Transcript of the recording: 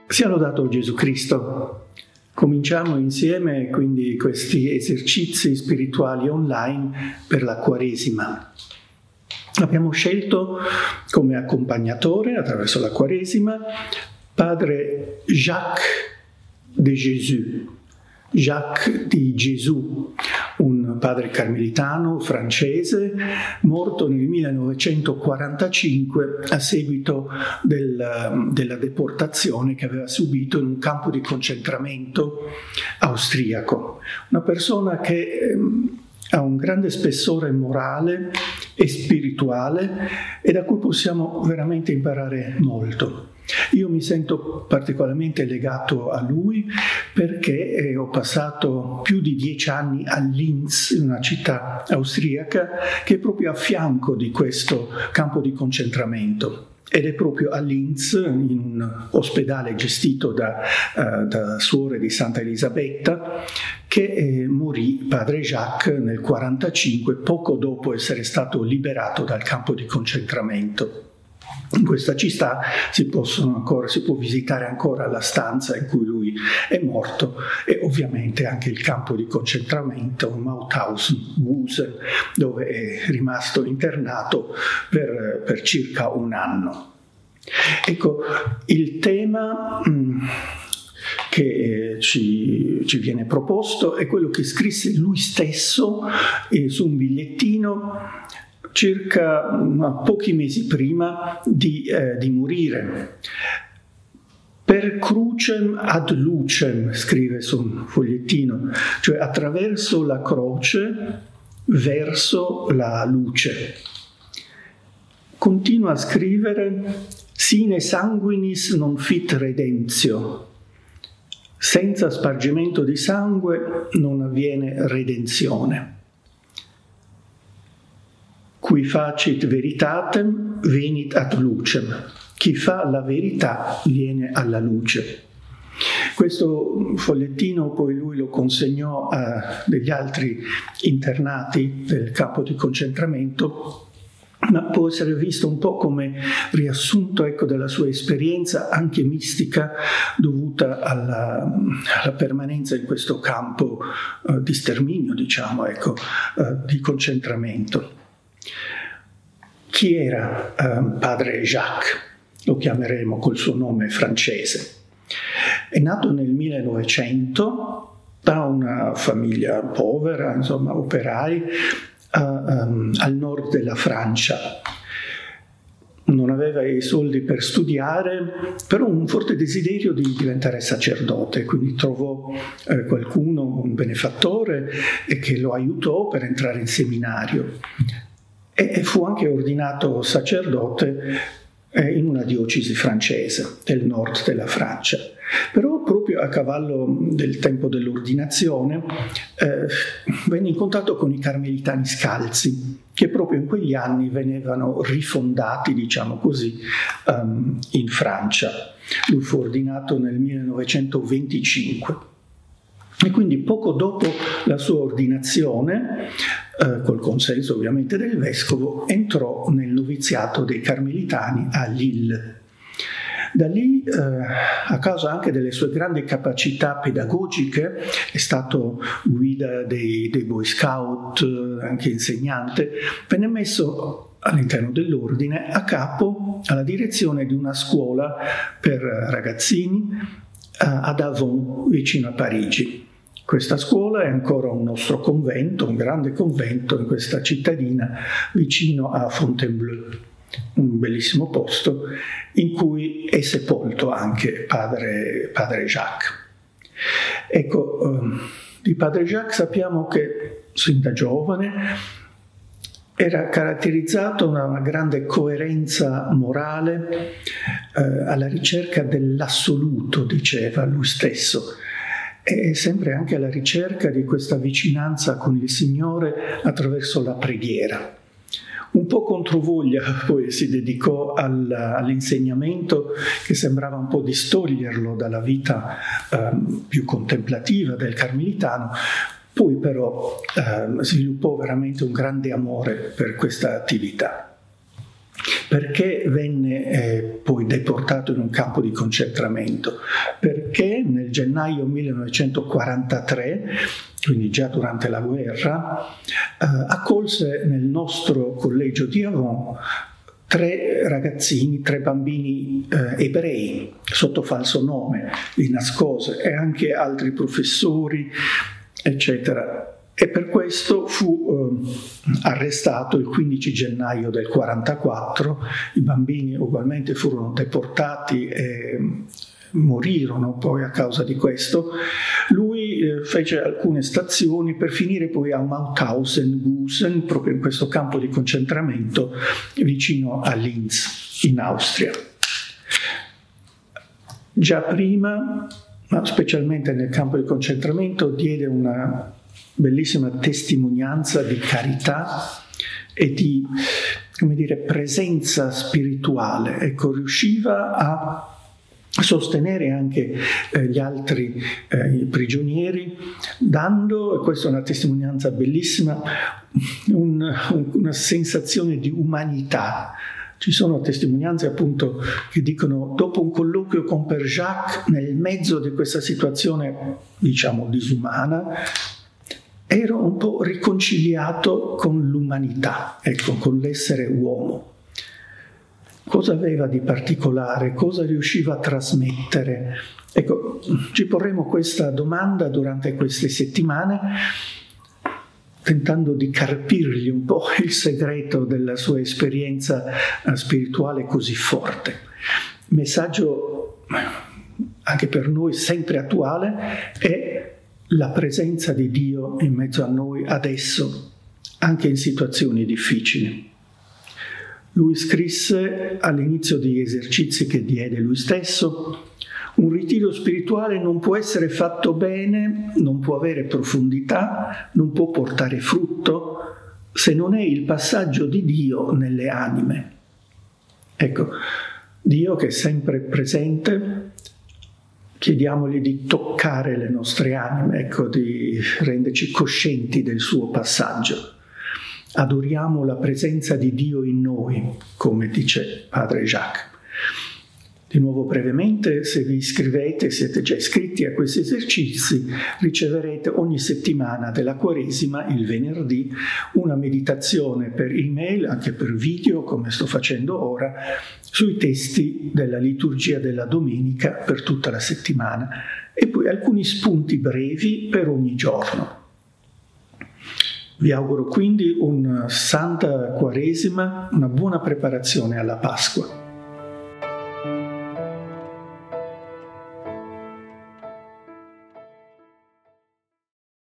Sia lodato Gesù Cristo. Cominciamo insieme quindi questi esercizi spirituali online per la Quaresima. Abbiamo scelto come accompagnatore attraverso la Quaresima padre Jacques de Jésus, Jacques di Gesù, un padre carmelitano francese morto nel 1945 a seguito della deportazione che aveva subito in un campo di concentramento austriaco. Una persona che ha un grande spessore morale e spirituale e da cui possiamo veramente imparare molto. Io mi sento particolarmente legato a lui perché ho passato più di 10 anni a Linz, in una città austriaca che è proprio a fianco di questo campo di concentramento. Ed è proprio a Linz, in un ospedale gestito da suore di Santa Elisabetta, che morì padre Jacques nel 1945, poco dopo essere stato liberato dal campo di concentramento. In questa città si può visitare ancora la stanza in cui lui è morto e ovviamente anche il campo di concentramento Mauthausen, dove è rimasto internato per circa un anno. Ecco, il tema che ci viene proposto è quello che scrisse lui stesso su un bigliettino circa pochi mesi prima di morire. Per crucem ad lucem, scrive su un fogliettino, cioè attraverso la croce verso la luce. Continua a scrivere sine sanguinis non fit redemptio. Senza spargimento di sangue non avviene redenzione. Qui facit veritatem venit ad lucem. Chi fa la verità viene alla luce. Questo fogliettino poi lui lo consegnò a degli altri internati del campo di concentramento, ma può essere visto un po' come riassunto della sua esperienza anche mistica dovuta alla permanenza in questo campo di sterminio, di concentramento. Chi era padre Jacques? Lo chiameremo col suo nome francese. È nato nel 1900 da una famiglia povera, operai, al nord della Francia. Non aveva i soldi per studiare, però un forte desiderio di diventare sacerdote, quindi trovò qualcuno, un benefattore, che lo aiutò per entrare in seminario. E fu anche ordinato sacerdote in una diocesi francese del nord della Francia. Però proprio a cavallo del tempo dell'ordinazione venne in contatto con i carmelitani scalzi, che proprio in quegli anni venivano rifondati, in Francia. Lui fu ordinato nel 1925. E quindi poco dopo la sua ordinazione, col consenso ovviamente del vescovo, entrò nel noviziato dei carmelitani a Lille. Da lì, a causa anche delle sue grandi capacità pedagogiche, è stato guida dei Boy Scout, anche insegnante, venne messo all'interno dell'ordine a capo alla direzione di una scuola per ragazzini ad Avon, vicino a Parigi. Questa scuola è ancora un nostro convento, un grande convento in questa cittadina vicino a Fontainebleau, un bellissimo posto in cui è sepolto anche padre Jacques. Ecco, di padre Jacques sappiamo che sin da giovane era caratterizzato da una grande coerenza morale, alla ricerca dell'assoluto, diceva lui stesso, e sempre anche alla ricerca di questa vicinanza con il Signore attraverso la preghiera. Un po' controvoglia poi si dedicò all'insegnamento, che sembrava un po' distoglierlo dalla vita più contemplativa del carmelitano. Poi però sviluppò veramente un grande amore per questa attività. Perché venne poi deportato in un campo di concentramento? Perché nel gennaio 1943, quindi già durante la guerra, accolse nel nostro collegio di Avon 3 bambini ebrei sotto falso nome, li nascose, e anche altri professori, eccetera. E per questo fu arrestato il 15 gennaio del 1944, i bambini ugualmente furono deportati e morirono poi a causa di questo. Lui fece alcune stazioni per finire poi a Mauthausen-Gusen, proprio in questo campo di concentramento vicino a Linz, in Austria. Già prima, ma specialmente nel campo di concentramento, diede una bellissima testimonianza di carità e di, presenza spirituale. Ecco, riusciva a sostenere anche gli altri prigionieri, dando, e questa è una testimonianza bellissima, una sensazione di umanità. Ci sono testimonianze appunto che dicono: dopo un colloquio con Père Jacques, nel mezzo di questa situazione disumana, ero un po' riconciliato con l'umanità, ecco, con l'essere uomo. Cosa aveva di particolare? Cosa riusciva a trasmettere? Ecco, ci porremo questa domanda durante queste settimane, tentando di carpirgli un po' il segreto della sua esperienza spirituale così forte. Messaggio anche per noi sempre attuale è la presenza di Dio in mezzo a noi adesso, anche in situazioni difficili. Lui scrisse all'inizio degli esercizi che diede lui stesso: un ritiro spirituale non può essere fatto bene, non può avere profondità, non può portare frutto se non è il passaggio di Dio nelle anime. Ecco, Dio che è sempre presente, chiediamogli di toccare le nostre anime, ecco, di renderci coscienti del suo passaggio. Adoriamo la presenza di Dio in noi, come dice Padre Jacques. Di nuovo brevemente, se vi iscrivete, siete già iscritti a questi esercizi, riceverete ogni settimana della Quaresima, il venerdì, una meditazione per email, anche per video, come sto facendo ora, sui testi della liturgia della domenica per tutta la settimana, e poi alcuni spunti brevi per ogni giorno. Vi auguro quindi una santa Quaresima, una buona preparazione alla Pasqua.